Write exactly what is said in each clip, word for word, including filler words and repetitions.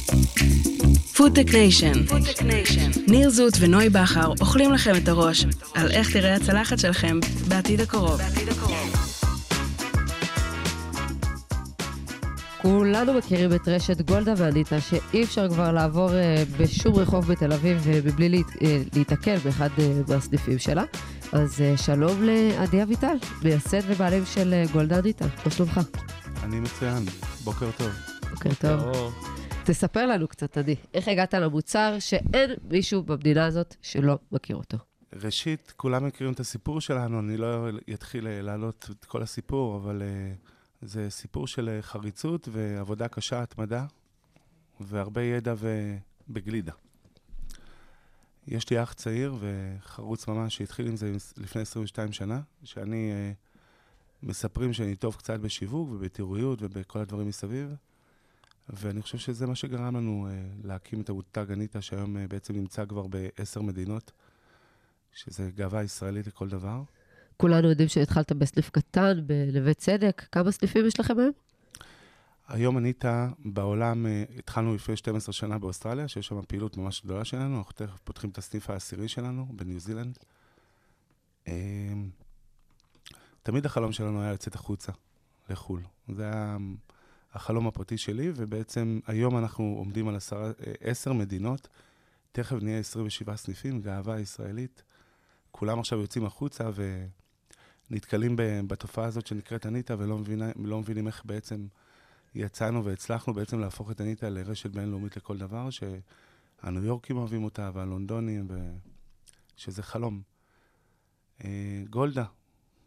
פודטק ניישן. ניר זוט ונוי בחר אוכלים לכם את הראש על איך תראה הצלחת שלכם בעתיד הקרוב. כולנו מכירים את רשת גולדה ואניטה, שאי אפשר כבר לעבור בשום רחוב בתל אביב מבלי לה, להתעכב באחד מהסניפים שלה. אז שלום לעדי אביטל, מייסד ובעלים של גולדה אניטה. מה שלומך? אני מצוין, בוקר טוב. בוקר טוב. תספר לנו קצת, עדי, איך הגעת למוצר שאין מישהו במדינה הזאת שלא מכיר אותו? ראשית, כולם מכירים את הסיפור שלנו, אני לא אתחיל לעלות את כל הסיפור, אבל uh, זה סיפור של חריצות ועבודה קשה, התמדה, והרבה ידע ובגלידה. יש לי אח צעיר וחרוץ ממש שהתחיל עם זה לפני עשרים ושתיים שנה, שאני uh, מספרים שאני טוב קצת בשיווק ובתיאוריות ובכל הדברים מסביב, ואני חושב שזה מה שגרם לנו uh, להקים את המותג אניטה, שהיום uh, בעצם נמצא כבר בעשר מדינות, שזה גאווה ישראלית לכל דבר. כולנו יודעים שהתחלת בסניף קטן, בנווה צדק. כמה סניפים יש לכם היום? היום אניטה בעולם, uh, התחלנו לפני שתים עשרה שנה באוסטרליה, שיש שם פעילות ממש גדולה שלנו, אנחנו תכף פותחים את הסניף העשירי שלנו בניו זילנד. Uh, תמיד החלום שלנו היה לצאת החוצה, לחול. זה היה החלום הפרטי שלי, ובעצם היום אנחנו עומדים על עשר, עשר מדינות, תכף נהיה עשרים ושבעה סניפים, גאווה ישראלית. כולם עכשיו יוצאים החוצה ונתקלים בתופעה הזאת שנקראת אניטה, ולא מבינים, לא מבינים איך בעצם יצאנו והצלחנו בעצם להפוך את אניטה לרשת בינלאומית לכל דבר, שהניו יורקים אוהבים אותה והלונדונים, שזה חלום. גולדה,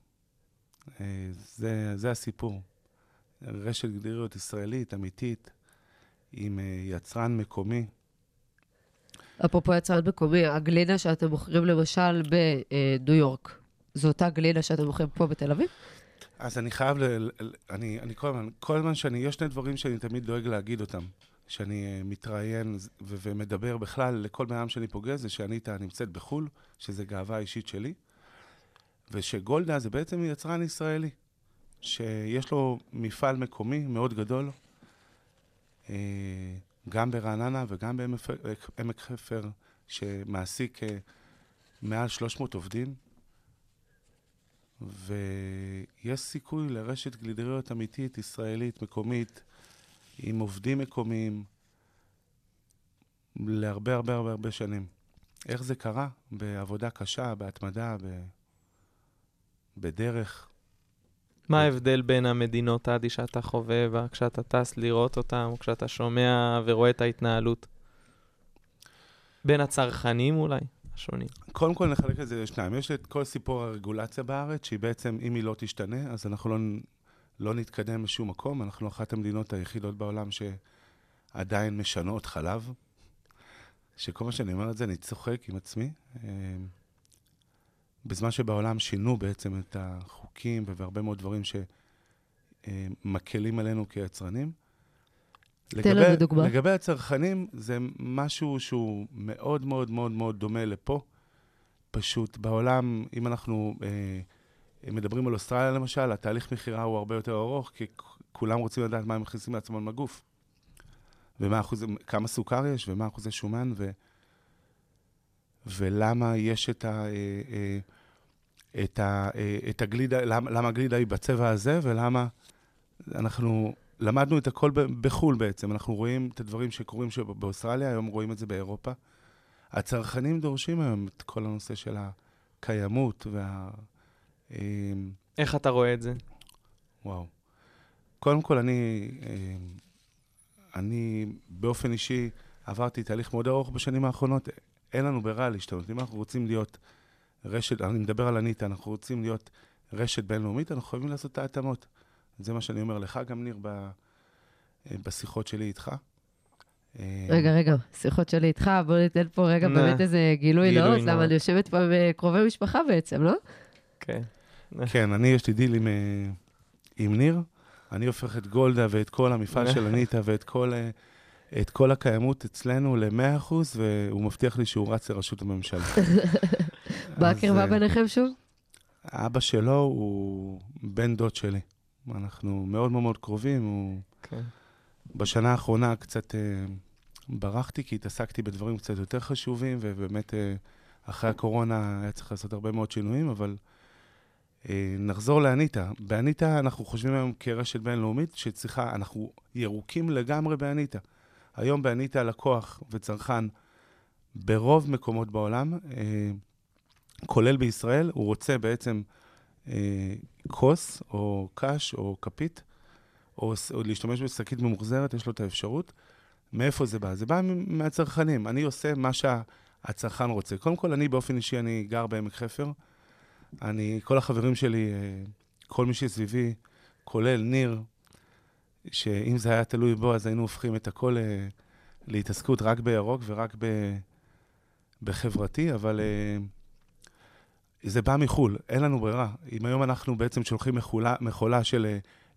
זה, זה הסיפור. רשת גדיריות ישראלית, אמיתית, עם יצרן מקומי. אפרופו יצרן מקומי, הגלידה שאתם מוכרים למשל בניו יורק, זו אותה גלידה שאתם מוכרים פה בתל אביב? אז אני חייב, ל... אני, אני כל הזמן, כל הזמן שאני, יש שני דברים שאני תמיד דואג להגיד אותם, שאני מתראיין ו- ומדבר בכלל לכל בן שאני פוגש, זה שאניטה נמצאת בחול, שזה גאווה אישית שלי, ושגולדה זה בעצם יצרן ישראלי. שיש לו מפעל מקומי מאוד גדול, גם ברעננה וגם בעמק חפר, שמעסיק מעל שלוש מאות עובדים, ויש סיכוי לרשת גלידריות אמיתית, ישראלית, מקומית, עם עובדים מקומיים, להרבה הרבה הרבה הרבה שנים. איך זה קרה? בעבודה קשה, בהתמדה, ב... בדרך. מה ההבדל בין המדינות, עדי, שאתה חובב, כשאתה טס לראות אותם, או כשאתה שומע ורואה את ההתנהלות? בין הצרכנים אולי, השונים. קודם כל נחלק את זה לשניים. יש את כל סיפור הרגולציה בארץ, שהיא בעצם, אם היא לא תשתנה, אז אנחנו לא, לא נתקדם בשום מקום. אנחנו אחת המדינות היחידות בעולם שעדיין משנות חלב. שכל מה שאני אומר את זה, אני צוחק עם עצמי. בזמן שבעולם שינו בעצם את החוקים והרבה מאוד דברים שמקלים עלינו כיצרנים. תן לנו דוגמה. לגבי הצרכנים, זה משהו שהוא מאוד מאוד מאוד מאוד דומה לפה. פשוט בעולם, אם אנחנו אה, מדברים על אוסטרליה למשל, התהליך מחירה הוא הרבה יותר ארוך, כי כולם רוצים לדעת מה הם מכניסים לעצמם בגוף. ומה אחוז, כמה סוכר יש ומה אחוזי שומן ו... ולמה יש את ה... את ה... את הגלידה, למה, למה הגלידה היא בצבע הזה, ולמה אנחנו למדנו את הכל בחול בעצם. אנחנו רואים את הדברים שקורים באוסטרליה, היום רואים את זה באירופה. הצרכנים דורשים היום את כל הנושא של הקיימות וה... איך אתה רואה את זה? וואו. קודם כל, אני... אני באופן אישי עברתי תהליך מאוד ארוך בשנים האחרונות. אין לנו ברירה להשתנות. אם אנחנו רוצים להיות רשת, אני מדבר על אניטה, אנחנו רוצים להיות רשת בינלאומית, אנחנו חייבים לעשות את ההתאמות. זה מה שאני אומר לך, גם ניר, ב, בשיחות שלי איתך. רגע, רגע, שיחות שלי איתך, בוא ניתן פה רגע באמת איזה גילוי נאות, למה אני יושבת פה בקרובי משפחה בעצם, לא? כן. כן, אני יש לי דיל עם, עם ניר, אני הופך את גולדה ואת כל המפעל של אניטה ואת כל... את כל הקיימות אצלנו ל-מאה אחוז, והוא מבטיח לי שהוא רץ לראשות הממשלה. מה הקרבה ביניכם שוב? אבא שלו הוא בן דוד שלי. אנחנו מאוד מאוד קרובים. הוא בשנה האחרונה קצת ברחתי כי התעסקתי בדברים קצת יותר חשובים, ובאמת אחרי הקורונה היה צריך לעשות הרבה מאוד שינויים, אבל נחזור לאניטה. באניטה אנחנו חושבים היום כרשת בינלאומית שצריכה, אנחנו ירוקים לגמרי באניטה. היום באניטה לקוח וצרכן ברוב מקומות בעולם, כולל בישראל, הוא רוצה בעצם כוס או קש או כפית, או, או להשתמש בשקית ממוחזרת, יש לו את האפשרות. מאיפה זה בא? זה בא מהצרכנים. אני עושה מה שהצרכן רוצה. קודם כל, אני באופן אישי, אני גר בעמק חפר. אני, כל החברים שלי, כל מי שסביבי, כולל ניר, שאם זה היה תלוי בו, אז היינו הופכים את הכל להתעסקות רק בירוק ורק ב, בחברתי, אבל זה בא מחול, אין לנו ברירה. אם היום אנחנו בעצם שולחים מחולה, מחולה של,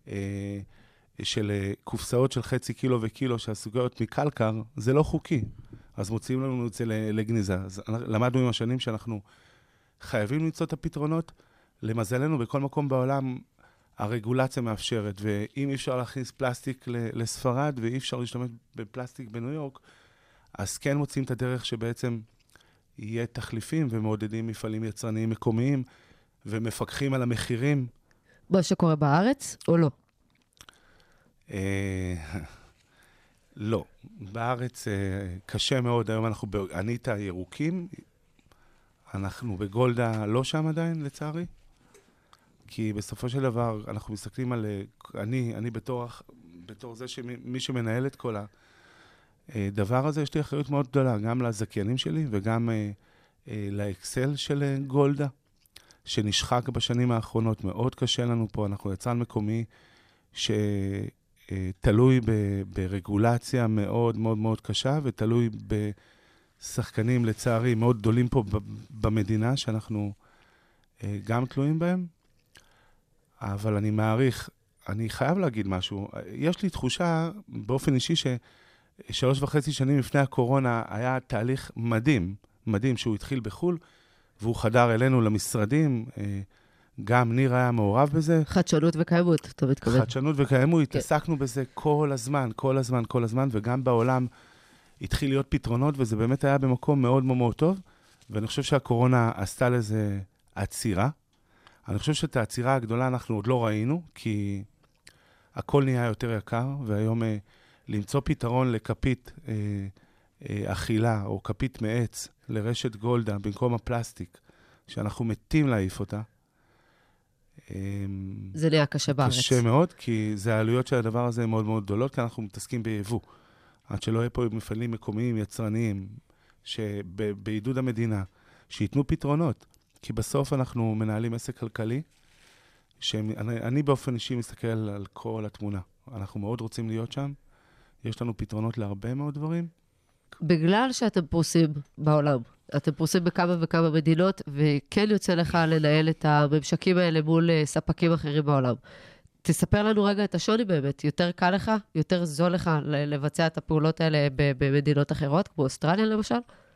של קופסאות של חצי קילו וקילו שהסוגיות מקלקר, זה לא חוקי. אז מוציאים לנו את זה לגניזה. אז למדנו עם השנים שאנחנו חייבים למצוא את הפתרונות. למזלנו, בכל מקום בעולם הרגולציה מאפשרת, ואם אי אפשר להכניס פלסטיק לספרד, ואי אפשר להשתמש בפלסטיק בניו יורק, אז כן מוצאים את הדרך שבעצם יהיה תחליפים ומעודדים מפעלים יצרניים מקומיים, ומפקחים על המחירים. מה שקורה בארץ או לא? לא. בארץ קשה מאוד. היום אנחנו באניטה ירוקים. אנחנו בגולדה לא שם עדיין, לצערי. כי בסופו של דבר אנחנו מסתכלים על... אני, אני בתור, בתור זה שמי שמנהל את כל הדבר הזה, יש לי אחריות מאוד גדולה, גם לזכיינים שלי וגם אה, אה, לאקסל של אה, גולדה, שנשחק בשנים האחרונות. מאוד קשה לנו פה, אנחנו יצרן מקומי שתלוי ב, ברגולציה מאוד מאוד מאוד קשה, ותלוי בשחקנים, לצערי, מאוד גדולים פה במדינה, שאנחנו אה, גם תלויים בהם. אבל אני מעריך, אני חייב להגיד משהו. יש לי תחושה באופן אישי ששלוש וחצי שנים לפני הקורונה היה תהליך מדהים, מדהים שהוא התחיל בחול, והוא חדר אלינו למשרדים, גם ניר היה מעורב בזה. חדשנות וקיימות, אתה מתכוון. חדשנות וקיימות, התעסקנו בזה כל הזמן, כל הזמן, כל הזמן, וגם בעולם התחיל להיות פתרונות, וזה באמת היה במקום מאוד מאוד טוב, ואני חושב שהקורונה עשתה לזה עצירה. אני חושב שאת העצירה הגדולה אנחנו עוד לא ראינו, כי הכל נהיה יותר יקר, והיום אה, למצוא פתרון לכפית אה, אה, אכילה או כפית מעץ לרשת גולדה במקום הפלסטיק, שאנחנו מתים להעיף אותה. אה, זה נהיה קשה בארץ. קשה מאוד, כי זה העלויות של הדבר הזה מאוד מאוד גדולות, כי אנחנו מתעסקים ביבוא. עד שלא יהיה פה מפעלים מקומיים, יצרניים, שבעידוד המדינה, שיתנו פתרונות. כי בסוף אנחנו מנהלים עסק כלכלי, שאני אני באופן אישי מסתכל על כל התמונה. אנחנו מאוד רוצים להיות שם. יש לנו פתרונות להרבה מאוד דברים. בגלל שאתם פרוסים בעולם, אתם פרוסים בכמה וכמה מדינות, וכן יוצא לך לנהל את הממשקים האלה מול ספקים אחרים בעולם. תספר לנו רגע את השוני באמת. יותר קל לך, יותר זול לך לבצע את הפעולות האלה במדינות אחרות, כמו אוסטרליה למשל?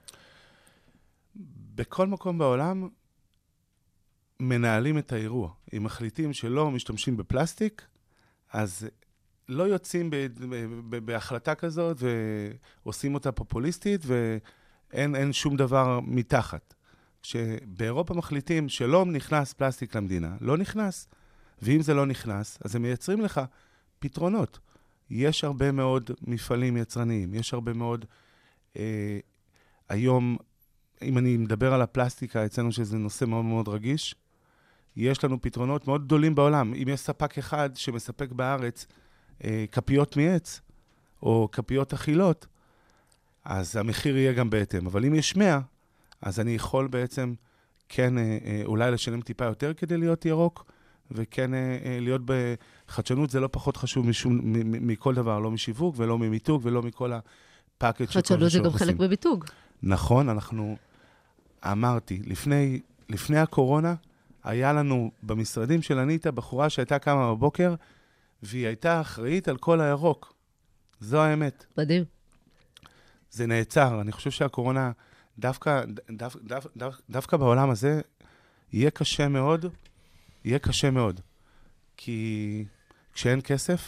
בכל מקום בעולם, מנהלים את האירוע. אם מחליטים שלא משתמשים בפלסטיק, אז לא יוצאים ב- ב- ב- בהחלטה כזאת ועושים אותה פופוליסטית, ואין אין שום דבר מתחת. שבאירופה מחליטים שלא נכנס פלסטיק למדינה, לא נכנס. ואם זה לא נכנס, אז הם מייצרים לך פתרונות. יש הרבה מאוד מפעלים יצרניים, יש הרבה מאוד... אה, היום, אם אני מדבר על הפלסטיקה, אצלנו שזה נושא מאוד מאוד רגיש, יש לנו פתרונות מאוד גדולים בעולם. אם יש ספק אחד שמספק בארץ אה, כפיות מעץ, או כפיות אכילות, אז המחיר יהיה גם בהתאם. אבל אם יש מאה, אז אני יכול בעצם כן אה, אה, אולי לשלם טיפה יותר כדי להיות ירוק, וכן אה, אה, להיות בחדשנות. זה לא פחות חשוב משום, מ- מ- מכל דבר, לא משיווק ולא ממיתוג ולא מכל הפאקט. חדשנות זה גם חלק במיתוג. נכון, אנחנו, אמרתי, לפני, לפני הקורונה, היה לנו במשרדים של אניטה בחורה שהייתה קמה בבוקר, והיא הייתה אחראית על כל הירוק. זו האמת. מדהים. זה נעצר. אני חושב שהקורונה, דווקא, דו, דו, דו, דווקא בעולם הזה, יהיה קשה מאוד, יהיה קשה מאוד. כי כשאין כסף,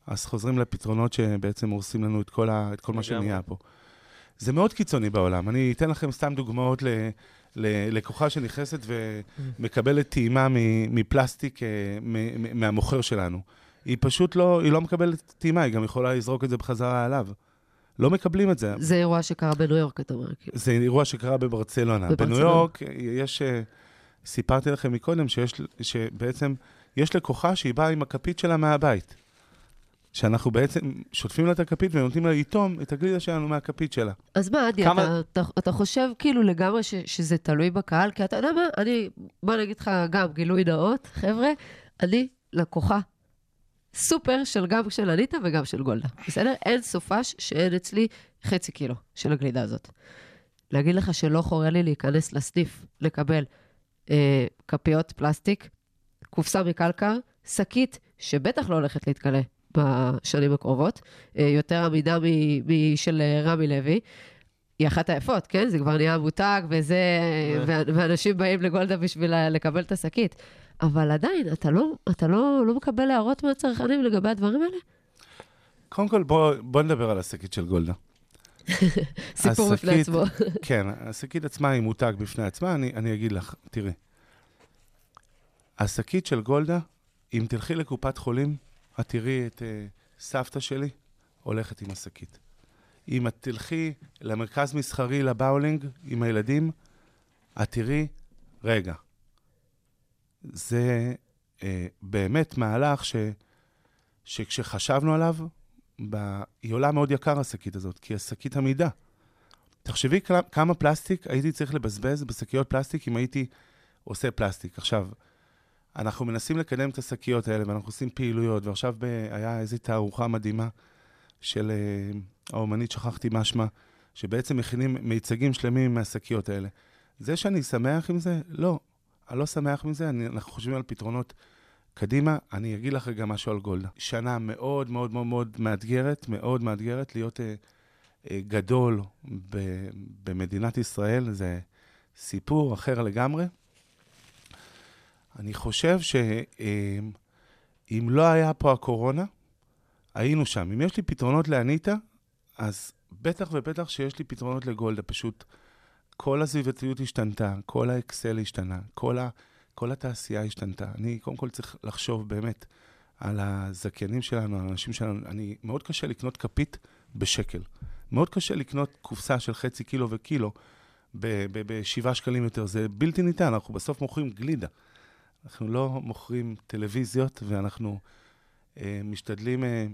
אז חוזרים לפתרונות שבעצם הורסים לנו את כל, ה, את כל מה שנהיה פה. זה מאוד קיצוני בעולם. אני אתן לכם סתם דוגמאות ל, ל, לקוחה שנכנסת ומקבלת טעימה מפלסטיק מהמוכר שלנו. היא פשוט לא, היא לא מקבלת טעימה, היא גם יכולה לזרוק את זה בחזרה עליו. לא מקבלים את זה. זה אירוע שקרה בניו יורק, אתה אומר. זה אירוע שקרה בברצלונה. בניו יורק יש, סיפרתי לכם מקודם, שיש, שבעצם יש לקוחה שהיא באה עם הכפית שלה מהבית. שאנחנו בעצם שוטפים לה את הכפית ונותנים לה ליטום את הגלידה שלנו מהכפית שלה. אז מה, עדי, כמה... אתה, אתה, אתה חושב כאילו לגמרי ש, שזה תלוי בקהל? כי אתה יודע מה, אני, בוא נגיד לך גם גילוי נאות, חבר'ה, אני לקוחה סופר של גם של אניטה וגם של גולדה. בסדר? אין סופש שאין אצלי חצי קילו של הגלידה הזאת. להגיד לך שלא חורה לי להיכנס לסניף, לקבל אה, כפיות פלסטיק, קופסה מקלקר, שקית שבטח לא הולכת להתקלה בשנים הקרובות, אה, יותר עמידה משל רמי לוי, היא אחת היפות, כן? זה כבר נהיה מותג, וזה, ואנשים באים לגולדה בשביל לקבל את השקית. אבל עדיין, אתה לא, אתה לא, לא מקבל הערות מהצרכנים לגבי הדברים האלה? קודם כל, בוא, בוא נדבר על השקית של גולדה. סיפור בפני עצמו. כן, השקית עצמה היא מותג בפני עצמה, אני, אני אגיד לך, תראי. השקית של גולדה, אם תלכי לקופת חולים, את תראי את uh, סבתא שלי, הולכת עם השקית. אם את תלכי למרכז מסחרי, לבאולינג, עם הילדים, את תראי, רגע, זה אה, באמת מהלך ש, שכשחשבנו עליו, ב, היא עולה מאוד יקר השקית הזאת, כי השקית עמידה. תחשבי כמה פלסטיק הייתי צריך לבזבז בשקיות פלסטיק אם הייתי עושה פלסטיק. עכשיו, אנחנו מנסים לקדם את השקיות האלה, ואנחנו עושים פעילויות, ועכשיו ב, היה איזו תערוכה מדהימה של אה, האומנית, שכחתי משמע, שבעצם מכינים מיצגים שלמים מהשקיות האלה. זה שאני שמח עם זה? לא. אני לא שמח מזה, אני, אנחנו חושבים על פתרונות קדימה. אני אגיד לך רגע משהו על גולדה. שנה מאוד מאוד מאוד מאוד מאתגרת, מאוד מאתגרת להיות אה, אה, גדול ב, במדינת ישראל. זה סיפור אחר לגמרי. אני חושב שאם אה, לא היה פה הקורונה, היינו שם. אם יש לי פתרונות לאניטה, אז בטח ובטח שיש לי פתרונות לגולדה. פשוט כל הסביבתיות השתנתה, כל האקסל השתנה, כל, ה, כל התעשייה השתנתה. אני קודם כל צריך לחשוב באמת על הזכיינים שלנו, על האנשים שלנו. אני, מאוד קשה לקנות כפית בשקל. מאוד קשה לקנות קופסה של חצי קילו וקילו בשבעה שקלים יותר. זה בלתי ניתן, אנחנו בסוף מוכרים גלידה. אנחנו לא מוכרים טלוויזיות, ואנחנו אה, משתדלים אה,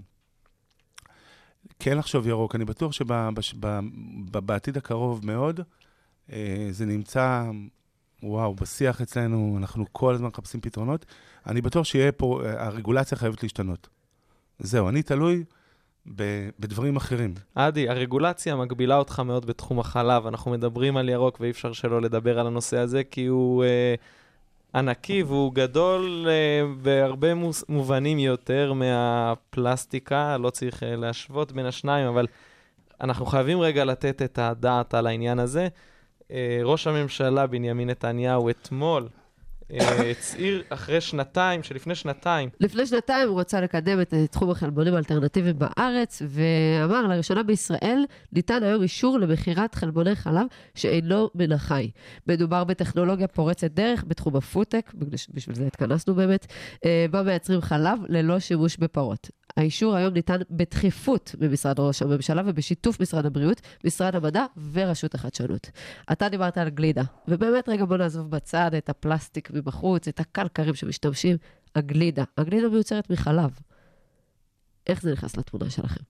כן לחשוב ירוק. אני בטוח שבעתיד הקרוב מאוד, זה נמצא, וואו, בשיח אצלנו, אנחנו כל הזמן מחפשים פתרונות. אני בטוח שיהיה פה, הרגולציה חייבת להשתנות. זהו, אני תלוי בדברים אחרים. עדי, הרגולציה מגבילה אותך מאוד בתחום החלב. אנחנו מדברים על ירוק, ואי אפשר שלא לדבר על הנושא הזה, כי הוא אה, ענקי והוא גדול אה, בהרבה מובנים יותר מהפלסטיקה. לא צריך אה, להשוות בין השניים, אבל אנחנו חייבים רגע לתת את הדעת על העניין הזה. ראש הממשלה בנימין נתניהו אתמול הצעיר אחרי שנתיים, שלפני שנתיים. לפני שנתיים הוא רצה לקדם את תחום החלבונים האלטרנטיביים בארץ, ואמר, לראשונה בישראל ניתן היום אישור למחירת חלבוני חלב שאינו מן החי. מדובר בטכנולוגיה פורצת דרך בתחום הפודטק, בשביל זה התכנסנו באמת, בה מייצרים חלב ללא שימוש בפרות. האישור היום ניתן בדחיפות במשרד ראש הממשלה ובשיתוף משרד הבריאות, משרד המדע ורשות החדשנות. אתה דיברת על גלידה, ובאמת רגע בוא נעזוב בצד את הפלסטיק מבחוץ, את הקלקרים שמשתמשים, הגלידה. הגלידה מיוצרת מחלב. איך זה נכנס לתמונה שלכם?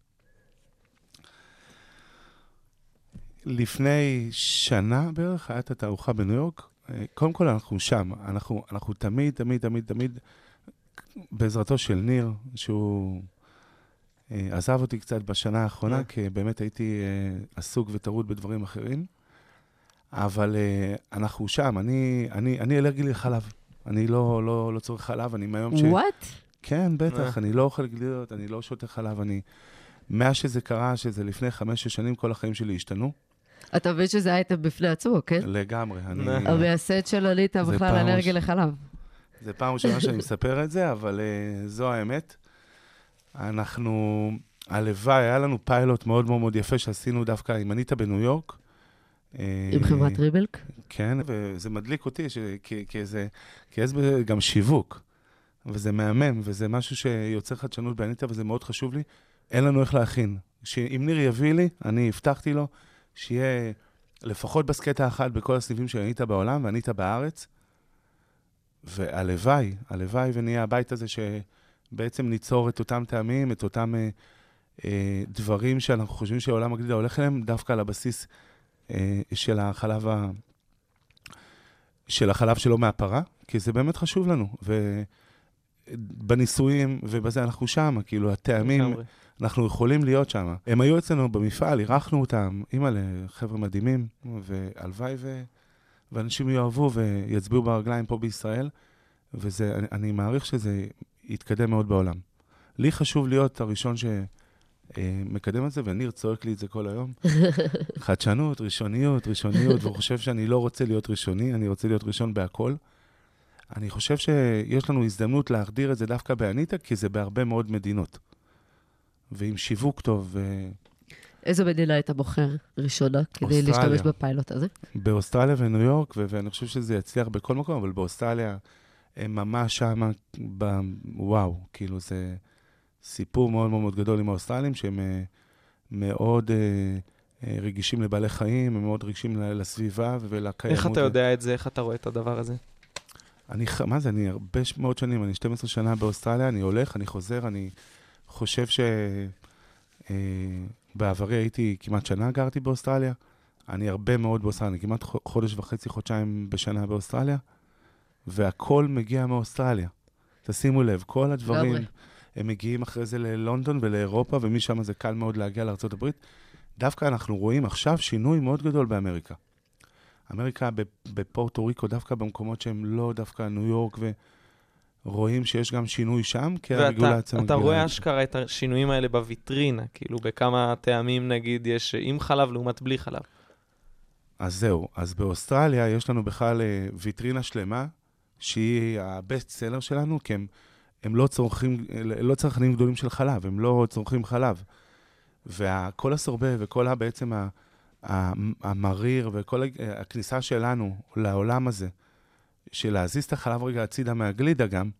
לפני שנה בערך הייתה תערוכה בניו יורק. קודם כל אנחנו שם, אנחנו, אנחנו תמיד, תמיד, תמיד, תמיד, בעזרתו של ניר, שהוא אה, עזב אותי קצת בשנה האחרונה, כי באמת הייתי אה, עסוק וטרוד בדברים אחרים, אבל אה, אנחנו שם, אני, אני, אני אלרגי לחלב, אני לא, לא, לא צורך חלב, אני מהיום ש... What? כן, בטח, אני לא אוכל גלידות, אני לא שותה חלב, אני... מה שזה קרה, שזה לפני חמש שנים, כל החיים שלי השתנו. אתה מבין שזה הייתם בפני עצמו, כן? לגמרי, אני... המייסד של אניטה בכלל אלרגי לחלב. זה פעם ראשונה שאני מספר את זה, אבל uh, זו האמת. אנחנו, הלוואי, היה לנו פיילוט מאוד מאוד מאוד יפה שעשינו דווקא עם אניטה בניו יורק. עם חברת ריבלק? כן, וזה מדליק אותי, כי זה גם שיווק, וזה מהמם, וזה משהו שיוצר חדשנות באניטה, וזה מאוד חשוב לי. אין לנו איך להכין. אם ניר יביא לי, אני הבטחתי לו, שיהיה לפחות בסקטה אחת בכל הסניפים של אניטה בעולם, ואניטה בארץ, והלוואי, הלוואי ונהיה הבית הזה שבעצם ניצור את אותם טעמים, את אותם אה, אה, דברים שאנחנו חושבים שהעולם הגלידה הולך אליהם, דווקא על הבסיס אה, של החלב ה... של החלב שלו מהפרה, כי זה באמת חשוב לנו, ובניסויים ובזה אנחנו שם, כאילו הטעמים, אנחנו יכולים להיות שם. הם היו אצלנו במפעל, אירחנו אותם, אימא לחבר'ה מדהימים, והלוואי ו... ואנשים יאהבו ויצביעו ברגליים פה בישראל, וזה, אני, אני מעריך שזה יתקדם מאוד בעולם. לי חשוב להיות הראשון שמקדם את זה, וניר צועק לי את זה כל היום. חדשנות, ראשוניות, ראשוניות, והוא חושב שאני לא רוצה להיות ראשוני, אני רוצה להיות ראשון בהכל. אני חושב שיש לנו הזדמנות להחדיר את זה דווקא באניטה, כי זה בהרבה מאוד מדינות. ועם שיווק טוב ו... איזו מדינה היית בוחר ראשונה כדי להשתמש בפיילוט הזה? באוסטרליה וניו יורק, ואני חושב שזה יצליח בכל מקום, אבל באוסטרליה הם ממש שם, וואו, כאילו זה סיפור מאוד מאוד גדול עם האוסטרלים, שהם מאוד רגישים לבעלי חיים, הם מאוד רגישים לסביבה ולקיימות. איך אתה יודע את זה? איך אתה רואה את הדבר הזה? אני, מה זה, אני הרבה מאוד שנים, אני שתים עשרה שנה באוסטרליה, אני הולך, אני חוזר, אני חושב ש... בעברי הייתי כמעט שנה גרתי באוסטרליה, אני הרבה מאוד באוסטרליה, אני כמעט חודש וחצי, חודשיים בשנה באוסטרליה, והכל מגיע מאוסטרליה. תשימו לב, כל הדברים, הם מגיעים אחרי זה ללונדון ולאירופה, ומשם זה קל מאוד להגיע לארצות הברית. דווקא אנחנו רואים עכשיו שינוי מאוד גדול באמריקה. אמריקה בפורטו ריקו, דווקא במקומות שהם לא דווקא ניו יורק ו... רואים שיש גם שינוי שם, כי הרגולציה מגיעה. אתה רואה אשכרה את השינויים האלה בוויטרינה, כאילו בכמה טעמים נגיד יש עם חלב לעומת בלי חלב. אז זהו, אז באוסטרליה יש לנו בכלל ויטרינה שלמה, שהיא הבסט סלר שלנו, כי הם, הם לא צורכים, לא צרכנים גדולים של חלב, הם לא צורכים חלב. וכל הסורבה וכל בעצם המריר וכל הכניסה שלנו לעולם הזה, של להזיז את החלב רגע הצידה מהגלידה גם,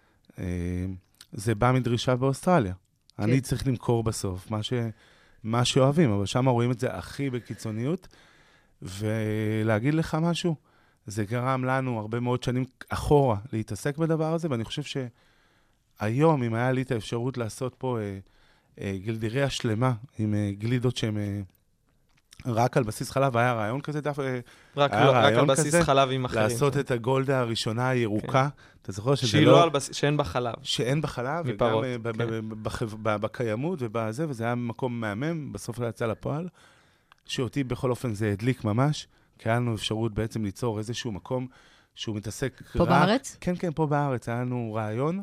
זה בא מדרישה באוסטרליה. אני צריך למכור בסוף מה, ש... מה שאוהבים, אבל שם רואים את זה הכי בקיצוניות, ולהגיד לך משהו, זה גרם לנו הרבה מאוד שנים אחורה להתעסק בדבר הזה, ואני חושב שהיום, אם היה לי את האפשרות לעשות פה אה, אה, גלדיריה שלמה, עם אה, גלידות שהן... אה, רק על בסיס חלב, היה רעיון כזה, דף, רק, היה לא, רעיון רק על בסיס כזה, חלב עם אחרים. לעשות כן. את הגולדה הראשונה הירוקה, כן. אתה זוכר שזה שהיא לא... לא על בסיס, שאין בה חלב. שאין בה חלב, מפרות, וגם כן. בקיימות ובזה, וזה היה מקום מהמם, בסוף לא יצא לפועל, שאותי בכל אופן זה הדליק ממש, כי היה לנו אפשרות בעצם ליצור איזשהו מקום שהוא מתעסק פה רק... בארץ? כן, כן, פה בארץ, היה לנו רעיון,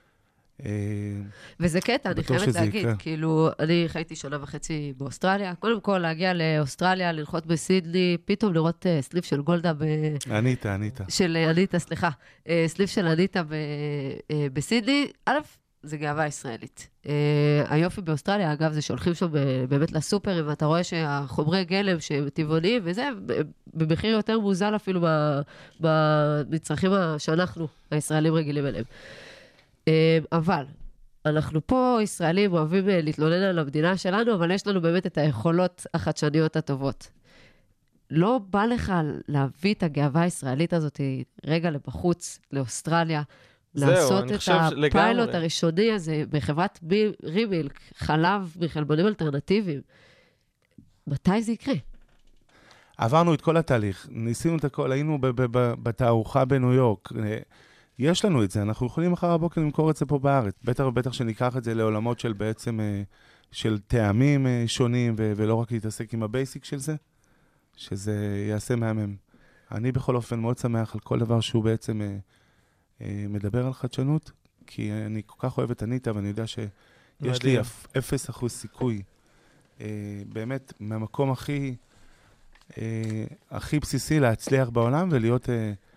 וזה קטע, אני חייבת להגיד, כאילו, אני חייתי שנה וחצי באוסטרליה, קודם כל להגיע לאוסטרליה, לנחות בסידני, פתאום לראות סליף של גולדה ב... אניטה, אניטה. של אניטה, סליחה. סליף של אניטה בסידני, א', זה גאווה ישראלית. היופי באוסטרליה, אגב, זה שהולכים שם באמת לסופרים, ואתה רואה שהחומרי גלם שהם טבעוניים, וזה במחיר יותר מוזל אפילו במצרכים שאנחנו, הישראלים רגילים אליהם. אבל אנחנו פה, ישראלים, אוהבים להתלונן על המדינה שלנו, אבל יש לנו באמת את היכולות החדשניות הטובות. לא בא לך להביא את הגאווה הישראלית הזאת רגע לבחוץ, לאוסטרליה, לעשות את הפיילוט הראשוני הזה בחברת רימילק, חלב מחלבונים אלטרנטיביים. מתי זה יקרה? עברנו את כל התהליך, ניסינו את הכל, היינו בתערוכה בניו יורק, יש לנו את זה, אנחנו יכולים אחר הבוקר למכור את זה פה בארץ. בטח ובטח שניקח את זה לעולמות של בעצם, של טעמים שונים, ולא רק להתעסק עם הבייסיק של זה, שזה יעשה מהמם. אני בכל אופן מאוד שמח על כל דבר שהוא בעצם מדבר על חדשנות, כי אני כל כך אוהב את אניטה, ואני יודע שיש לי אפס אחוז סיכוי, באמת מהמקום הכי, הכי בסיסי להצליח בעולם, ולהיות...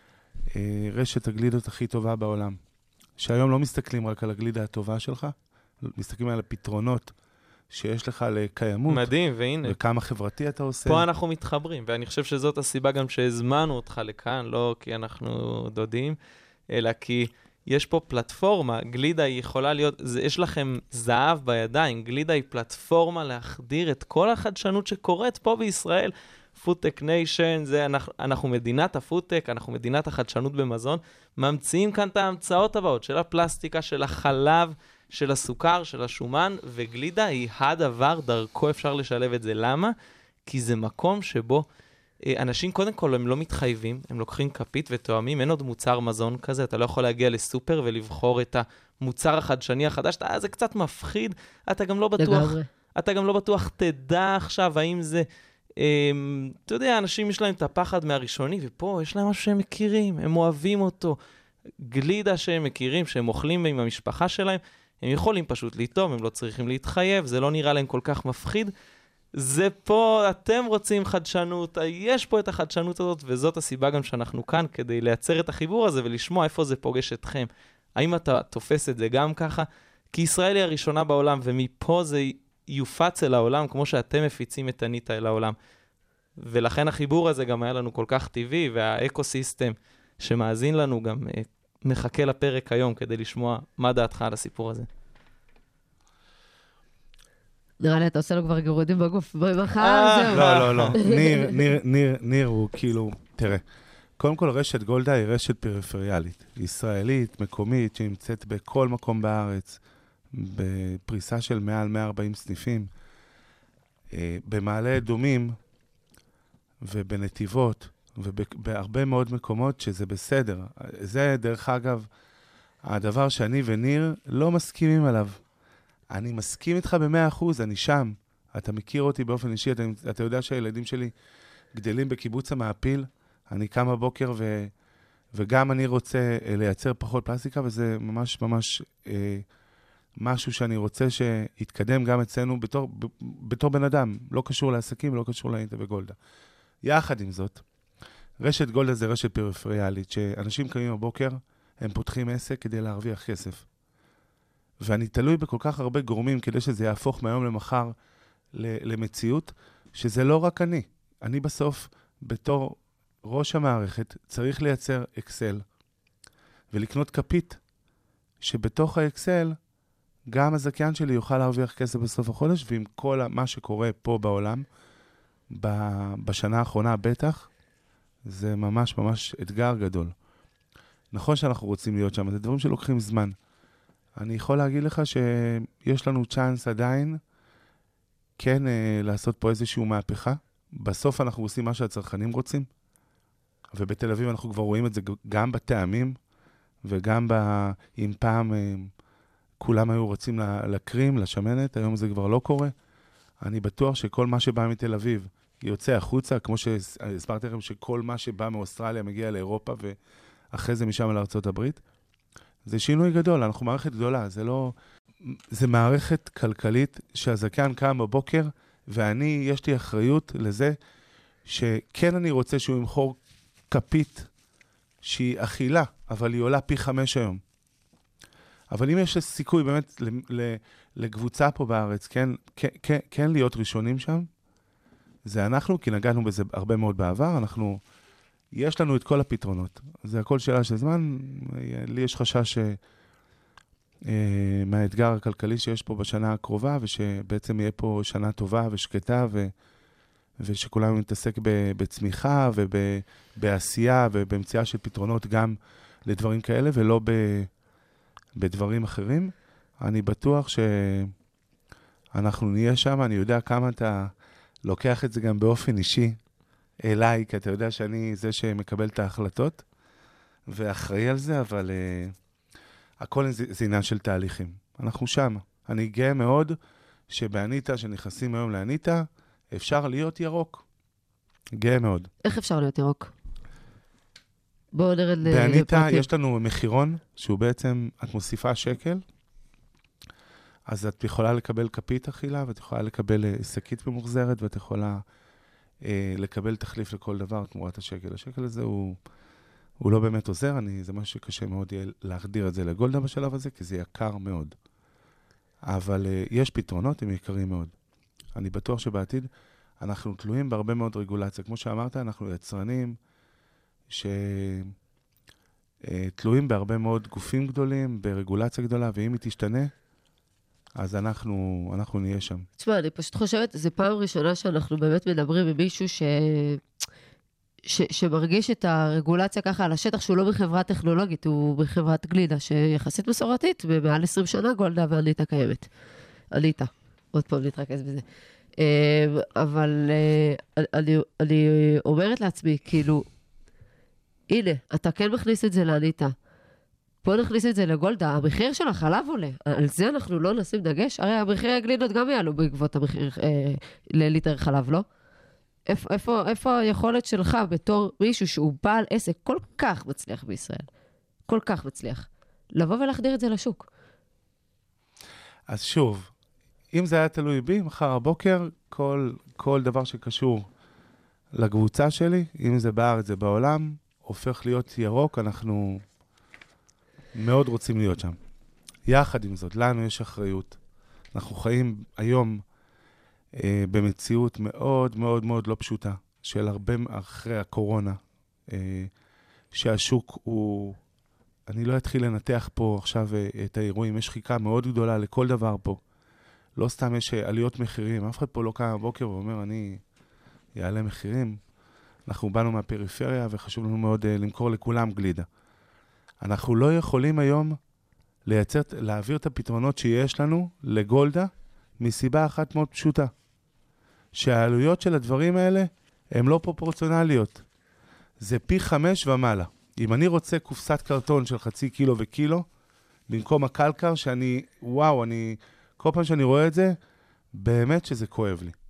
רשת הגלידות הכי טובה בעולם. שהיום לא מסתכלים רק על הגלידה הטובה שלך, מסתכלים על הפתרונות שיש לך לקיימות. מדהים, והנה. וכמה חברתי אתה עושה. פה אנחנו מתחברים, ואני חושב שזאת הסיבה גם שהזמנו אותך לכאן, לא כי אנחנו דודים, אלא כי יש פה פלטפורמה, גלידה היא יכולה להיות, זה, יש לכם זהב בידיים, גלידה היא פלטפורמה להחדיר את כל החדשנות שקורית פה בישראל. פודטק ניישן, זה אנחנו, אנחנו מדינת הפודטק, אנחנו מדינת החדשנות במזון, ממציאים כאן את ההמצאות הבאות של הפלסטיקה, של החלב, של הסוכר, של השומן, וגלידה היא הדבר, דרכו אפשר לשלב את זה. למה? כי זה מקום שבו אנשים קודם כל הם לא מתחייבים, הם לוקחים כפית ותואמים, אין עוד מוצר מזון כזה, אתה לא יכול להגיע לסופר ולבחור את המוצר החדשני החדש, אתה, זה קצת מפחיד, אתה גם לא בטוח, לגמרי. אתה גם לא בטוח תדע עכשיו האם זה, הם, אתה יודע, אנשים יש להם את הפחד מהראשוני, ופה יש להם משהו שהם מכירים, הם אוהבים אותו, גלידה שהם מכירים, שהם אוכלים עם המשפחה שלהם, הם יכולים פשוט לטעום, הם לא צריכים להתחייב, זה לא נראה להם כל כך מפחיד, זה פה, אתם רוצים חדשנות, יש פה את החדשנות הזאת, וזאת הסיבה גם שאנחנו כאן, כדי לייצר את החיבור הזה ולשמוע איפה זה פוגש אתכם. האם אתה תופס את זה גם ככה? כי ישראל היא הראשונה בעולם, ומפה זה יופץ אל העולם, כמו שאתם מפיצים את הניטה אל העולם. ולכן החיבור הזה גם היה לנו כל כך טבעי, והאקוסיסטם שמאזין לנו גם מחכה לפרק היום, כדי לשמוע מה דעתך על הסיפור הזה. נראה לי, אתה עושה לו כבר גירודים בגוף, מחר, זהו. לא, לא, לא. ניר, ניר, ניר, ניר הוא כאילו, תראה, קודם כל רשת גולדה היא רשת פריפריאלית, ישראלית, מקומית, שנמצאת בכל מקום בארץ, בפריסה של מעל מאה וארבעים סניפים, במעלה אדומים ובנתיבות, ובהרבה מאוד מקומות שזה בסדר. זה, דרך אגב, הדבר שאני וניר לא מסכימים עליו. אני מסכים איתך במאה אחוז, אני שם. אתה מכיר אותי באופן אישי, אתה, אתה יודע שהילדים שלי גדלים בקיבוץ המעפיל, אני קם בבוקר ו, וגם אני רוצה לייצר פחות פלסטיקה, וזה ממש ממש אה, משהו שאני רוצה שיתקדם גם אצלנו בתור, ב, בתור בן אדם, לא קשור לעסקים, לא קשור לאינטה וגולדה. יחד עם זאת, רשת גולדה זה רשת פריפריאלית, שאנשים קמים בבוקר, הם פותחים עסק כדי להרוויח כסף. ואני תלוי בכל כך הרבה גורמים כדי שזה יהפוך מהיום למחר למציאות, שזה לא רק אני. אני בסוף, בתור ראש המערכת, צריך לייצר אקסל, ולקנות כפית, שבתוך האקסל, גם הזכיין שלי יוכל להרוויח כסף בסוף החודש, ועם כל מה שקורה פה בעולם, בשנה האחרונה בטח, זה ממש ממש אתגר גדול. נכון שאנחנו רוצים להיות שם, זה דברים שלוקחים זמן. אני יכול להגיד לך שיש לנו צ'אנס עדיין כן אה, לעשות פה איזושהי מהפכה. בסוף אנחנו עושים מה שהצרכנים רוצים, ובתל אביב אנחנו כבר רואים את זה גם בטעמים, וגם ב... אם פעם אה, כולם היו רוצים לקרים, לשמנת, היום זה כבר לא קורה. אני בטוח שכל מה שבא מתל אביב יוצא החוצה, כמו שהסברתי לכם שכל מה שבא מאוסטרליה מגיע לאירופה, ואחרי זה משם לארצות הברית. זה שינוי גדול, אנחנו מערכת גדולה, זה לא... זה מערכת כלכלית שהזכיין קם בבוקר, ואני, יש לי אחריות לזה, שכן אני רוצה שהוא ימחור כפית, שהיא אכילה, אבל היא עולה פי חמש היום. אבל אם יש סיכוי באמת לקבוצה פה בארץ, כן, כן, כן, כן להיות ראשונים שם, זה אנחנו, כי נגענו בזה הרבה מאוד בעבר, אנחנו... יש לנו את כל הפתרונות. זה הכל שאלה של זמן. לי יש חשש מהאתגר הכלכלי שיש פה בשנה הקרובה, ושבעצם יהיה פה שנה טובה ושקטה, ו, ושכולנו נתעסק בצמיחה ובעשייה ובמציאה של פתרונות גם לדברים כאלה, ולא ב, בדברים אחרים. אני בטוח שאנחנו נהיה שם. אני יודע כמה אתה לוקח את זה גם באופן אישי, אליי, כי אתה יודע שאני זה שמקבל את ההחלטות, ואחראי על זה, אבל uh, הכל זה, זה עניין של תהליכים. אנחנו שם. אני גאה מאוד שבאניטה, שנכנסים היום לאניטה, אפשר להיות ירוק. גאה מאוד. איך אפשר להיות ירוק? בואו נרד לפרטים. באניטה יש לנו מחירון, שהוא בעצם, את מוסיפה שקל, אז את יכולה לקבל כפית אכילה, ואת יכולה לקבל שקית ממוחזרת, ואת יכולה... לקבל תחליף לכל דבר תמורת השקל. השקל הזה הוא, הוא לא באמת עוזר, אני, זה משהו שקשה מאוד יהיה להחדיר את זה לגולדה בשלב הזה, כי זה יקר מאוד. אבל uh, יש פתרונות, הם יקרים מאוד. אני בטוח שבעתיד אנחנו תלויים בהרבה מאוד רגולציה. כמו שאמרת, אנחנו יצרנים שתלויים בהרבה מאוד גופים גדולים, ברגולציה גדולה, ואם היא תשתנה, אז אנחנו, אנחנו נהיה שם. תשמע, אני פשוט חושבת, זו פעם ראשונה שאנחנו באמת מדברים עם מישהו ש... ש... שמרגיש את הרגולציה ככה על השטח, שהוא לא בחברה טכנולוגית, הוא בחברת גלידה, שיחסית מסורתית, במעל עשרים שנה גולדה ואניטה קיימת. אניטה, עוד פעם להתרכז בזה. אבל אני, אני אומרת לעצמי, כאילו, הנה, אתה כן מכניס את זה לאניטה. בוא נכניס את זה לגולדה, המחיר של החלב עולה. על זה אנחנו לא נשים דגש. הרי המחיר הגלידות גם יעלו בעקבות המחיר אה, לליטר חלב, לא? איפה, איפה, איפה היכולת שלך בתור מישהו שהוא בעל עסק כל כך מצליח בישראל? כל כך מצליח. לבוא ולהחדיר את זה לשוק. אז שוב, אם זה היה תלוי בי, מחר הבוקר, כל, כל דבר שקשור לקבוצה שלי, אם זה בארץ, זה בעולם, הופך להיות ירוק, אנחנו מאוד רוצים להיות שם. יחד עם זאת, לנו יש אחריות. אנחנו חיים היום אה, במציאות מאוד מאוד מאוד לא פשוטה, של הרבה אחרי הקורונה, אה, שהשוק הוא, אני לא אתחיל לנתח פה עכשיו אה, את האירועים, יש שחיקה מאוד גדולה לכל דבר פה. לא סתם יש עליות מחירים, אף אחד פה לא קם בבוקר ואומר, אני יעלה מחירים. אנחנו באנו מהפריפריה וחשוב לנו מאוד uh, למכור לכולם גלידה. אנחנו לא יכולים היום לייצר, להעביר את הפתרונות שיש לנו לגולדה מסיבה אחת מאוד פשוטה. שהעלויות של הדברים האלה הן לא פרופורציונליות. זה פי חמש ומעלה. אם אני רוצה קופסת קרטון של חצי קילו וקילו, במקום הקלקר שאני, וואו, אני, כל פעם שאני רואה את זה, באמת שזה כואב לי.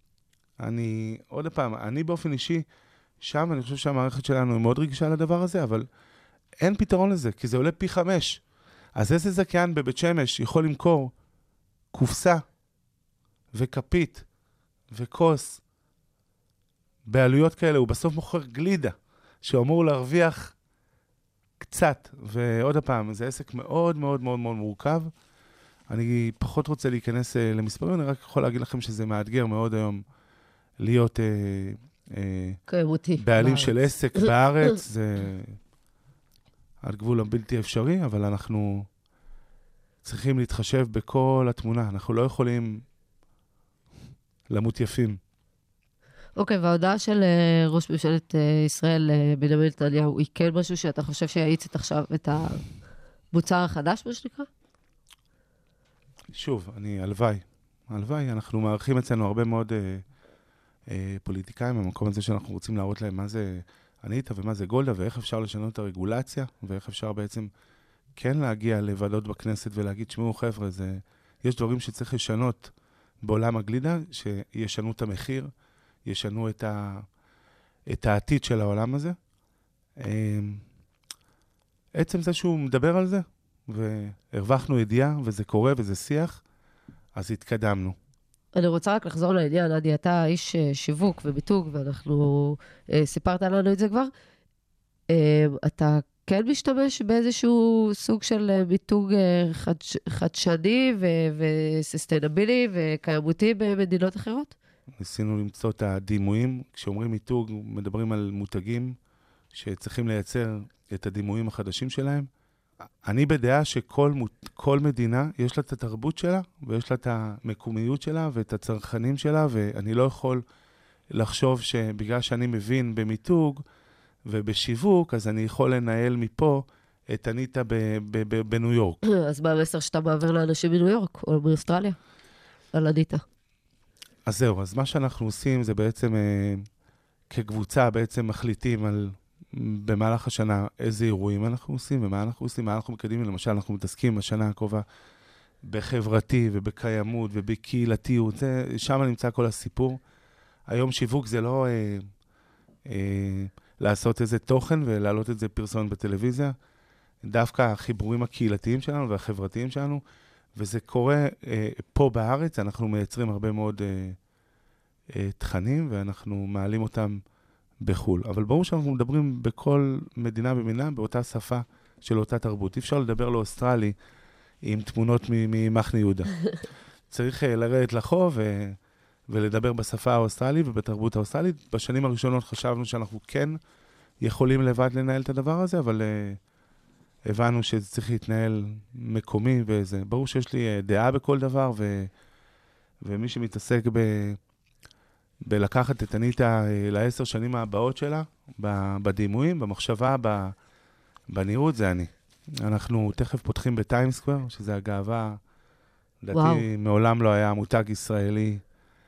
אני, עוד פעם, אני באופן אישי, שם אני חושב שהמערכת שלנו היא מאוד רגישה לדבר הזה, אבל אין פתרון לזה, כי זה עולה פי חמש. אז איזה זכיין בבית שמש יכול למכור קופסה וכפית וכוס בעלויות כאלה, הוא בסוף מוכר גלידה, שאמור להרוויח קצת. ועוד פעם, זה עסק מאוד מאוד מאוד מאוד מורכב. אני פחות רוצה להיכנס uh, למספרים, אני רק יכול להגיד לכם שזה מאתגר מאוד היום להיות uh, uh, בעלים בארץ. של עסק בארץ, זה על גבול הבלתי אפשרי, אבל אנחנו צריכים להתחשב בכל התמונה, אנחנו לא יכולים למות יפים. אוקיי, וההודעה של uh, ראש ממשלת uh, ישראל, uh, בנימין נתניהו, היא כן משהו שאתה חושב שיעיץ את עכשיו את המוצר החדש, מה שנקרא? שוב, אני הלוואי. הלוואי, אנחנו מערכים אצלנו הרבה מאוד אה, אה, פוליטיקאים, במקום הזה שאנחנו רוצים להראות להם מה זה אניטה ומה זה גולדה, ואיך אפשר לשנות את הרגולציה, ואיך אפשר בעצם כן להגיע לוועדות בכנסת ולהגיד, שמעו חבר'ה, זה, יש דברים שצריך לשנות בעולם הגלידה, שישנו את המחיר, ישנו את, ה, את העתיד של העולם הזה. אה, עצם זה שהוא מדבר על זה, והרווחנו ידיעה, וזה קורה, וזה שיח, אז התקדמנו. אני רוצה רק לחזור לעניין, עדי, אתה איש שיווק וביטוג, ואנחנו, אה, סיפרת לנו את זה כבר. אה, אתה כן משתמש באיזשהו סוג של ביטוג אה, חדש, חדשני וסיסטיינבילי וקיימותי במדינות אחרות? ניסינו למצוא את הדימויים. כשאומרים מיתוג, מדברים על מותגים שצריכים לייצר את הדימויים החדשים שלהם. אני בדעה שכל כל מדינה יש לה את התרבות שלה, ויש לה את המקומיות שלה, ואת הצרכנים שלה, ואני לא יכול לחשוב שבגלל שאני מבין במיתוג ובשיווק, אז אני יכול לנהל מפה את אניטה בניו יורק. אז מה המסר שאתה מעביר לאנשים בניו יורק, או באוסטרליה, על אניטה? אז זהו, אז מה שאנחנו עושים זה בעצם, כקבוצה בעצם מחליטים על במהלך השנה איזה אירועים אנחנו עושים, ומה אנחנו עושים, מה אנחנו מקדימים. למשל, אנחנו מתעסקים בשנה הקרובה בחברתי ובקיימות ובקהילתיות. זה, שם נמצא כל הסיפור. היום שיווק זה לא אה, אה, לעשות איזה תוכן ולהעלות את זה פרסומת בטלוויזיה. דווקא החיבורים הקהילתיים שלנו והחברתיים שלנו, וזה קורה אה, פה בארץ. אנחנו מייצרים הרבה מאוד אה, אה, תכנים, ואנחנו מעלים אותם בחול. אבל ברור שאנחנו מדברים בכל מדינה במדינה, באותה שפה של אותה תרבות. אי אפשר לדבר לאוסטרלי עם תמונות ממחנה יהודה. צריך לרדת לחוב ו... ולדבר בשפה האוסטרלית ובתרבות האוסטרלית. בשנים הראשונות חשבנו שאנחנו כן יכולים לבד לנהל את הדבר הזה, אבל uh, הבנו שזה צריך להתנהל מקומי, וזה ברור שיש לי uh, דעה בכל דבר, ו... ומי שמתעסק ב... בלקחת את אניטה uh, לעשר שנים הבאות שלה, בדימויים, במחשבה, ב... בנראות, זה אני. אנחנו תכף פותחים בטיים סקוואר, שזה הגאווה, לדעתי מעולם לא היה מותג ישראלי,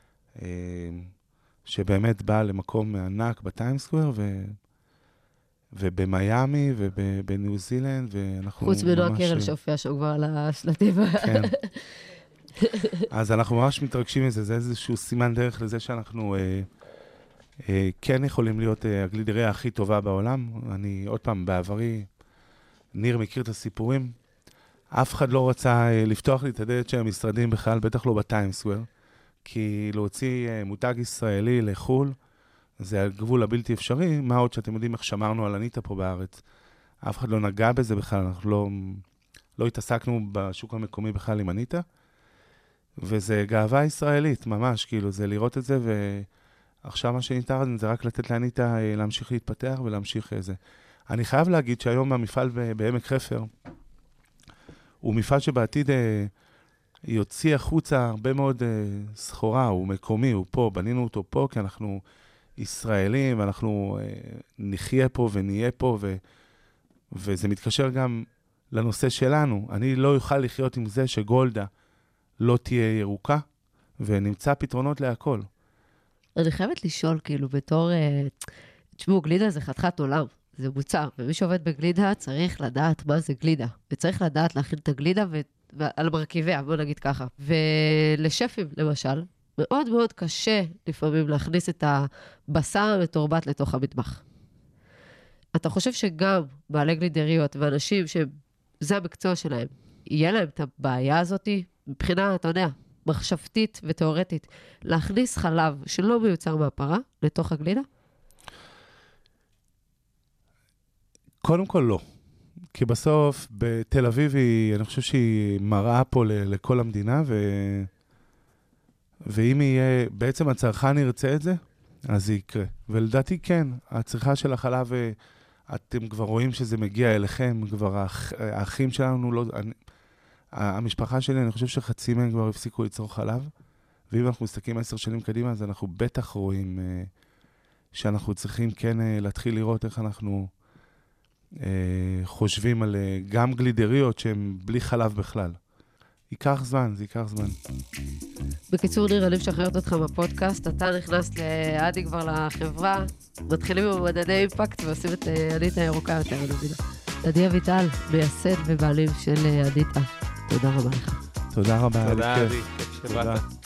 שבאמת בא למקום ענק בטיים סקוואר, ו... ובמיימי ובניו זילנד, ואנחנו חוץ מנועה קירל שהופיע שם כבר על השלטים. כן. אז אנחנו ממש מתרגשים מזה, זה איזשהו סימן דרך לזה שאנחנו אה, אה, כן יכולים להיות אה, הגלידריה הכי טובה בעולם. אני עוד פעם, בעברי, ניר מכיר את הסיפורים, אף אחד לא רצה אה, לפתוח לי את הדלת של המשרדים בכלל, בטח לא בטיים סקוואר, כי להוציא אה, מותג ישראלי לחול, זה הגבול הבלתי אפשרי. מה עוד שאתם יודעים איך שמרנו על אניטה פה בארץ. אף אחד לא נגע בזה בכלל, אנחנו לא, לא התעסקנו בשוק המקומי בכלל עם אניטה. וזה גאווה ישראלית, ממש, כאילו, זה לראות את זה, ועכשיו מה שניתן זה רק לתת לאניטה להמשיך להתפתח ולהמשיך איזה. אני חייב להגיד שהיום המפעל בעמק חפר, הוא מפעל שבעתיד אה, יוציא החוצה הרבה מאוד אה, סחורה, הוא מקומי, הוא פה, בנינו אותו פה, כי אנחנו ישראלים, ואנחנו אה, נחיה פה ונהיה פה, ו, וזה מתקשר גם לנושא שלנו. אני לא יוכל לחיות עם זה שגולדה לא תהיה ירוקה, ונמצא פתרונות להכל. אני חייבת לשאול, כאילו, בתור, תשמעו, גלידה זה חתיכת עולם, זה מוצר, ומי שעובד בגלידה צריך לדעת מה זה גלידה, וצריך לדעת להכין את הגלידה על מרכיביה, בוא נגיד ככה. ולשפים, למשל, מאוד מאוד קשה לפעמים להכניס את הבשר המתורבת לתוך המטבח. אתה חושב שגם בעלי גלידריות ואנשים שזה המקצוע שלהם, יהיה להם את הבעיה הזאת, מבחינה, אתה יודע, מחשבתית ותיאורטית, להכניס חלב שלא מיוצר מהפרה לתוך הגלידה? קודם כל לא. כי בסוף, בתל אביב, היא, אני חושב שהיא מראה פה ל- לכל המדינה, ו... ואם יהיה, בעצם הצרכן ירצה את זה, אז זה יקרה. ולדעתי כן, הצריכה של החלב, אתם כבר רואים שזה מגיע אליכם, כבר האח, האחים שלנו לא... אני, המשפחה שלי, אני חושב שחצי מהם כבר הפסיקו לצרוך חלב, ואם אנחנו מסתכלים עשר שנים קדימה, אז אנחנו בטח רואים אה, שאנחנו צריכים כן אה, להתחיל לראות איך אנחנו אה, חושבים על אה, גם גלידריות שהן בלי חלב בכלל. ייקח זמן, זה ייקח זמן. בקיצור, ניר, אני משחררת אותך בפודקאסט, אתה נכנס לעדי כבר לחברה, מתחילים עם מדדי אימפקט ועושים את אניטה הירוקה יותר, אני מבינה. עדי אביטל, מייסד ובעלים של אניטה. תודה רבה לך. תודה רבה. תודה, עדי. שבאת.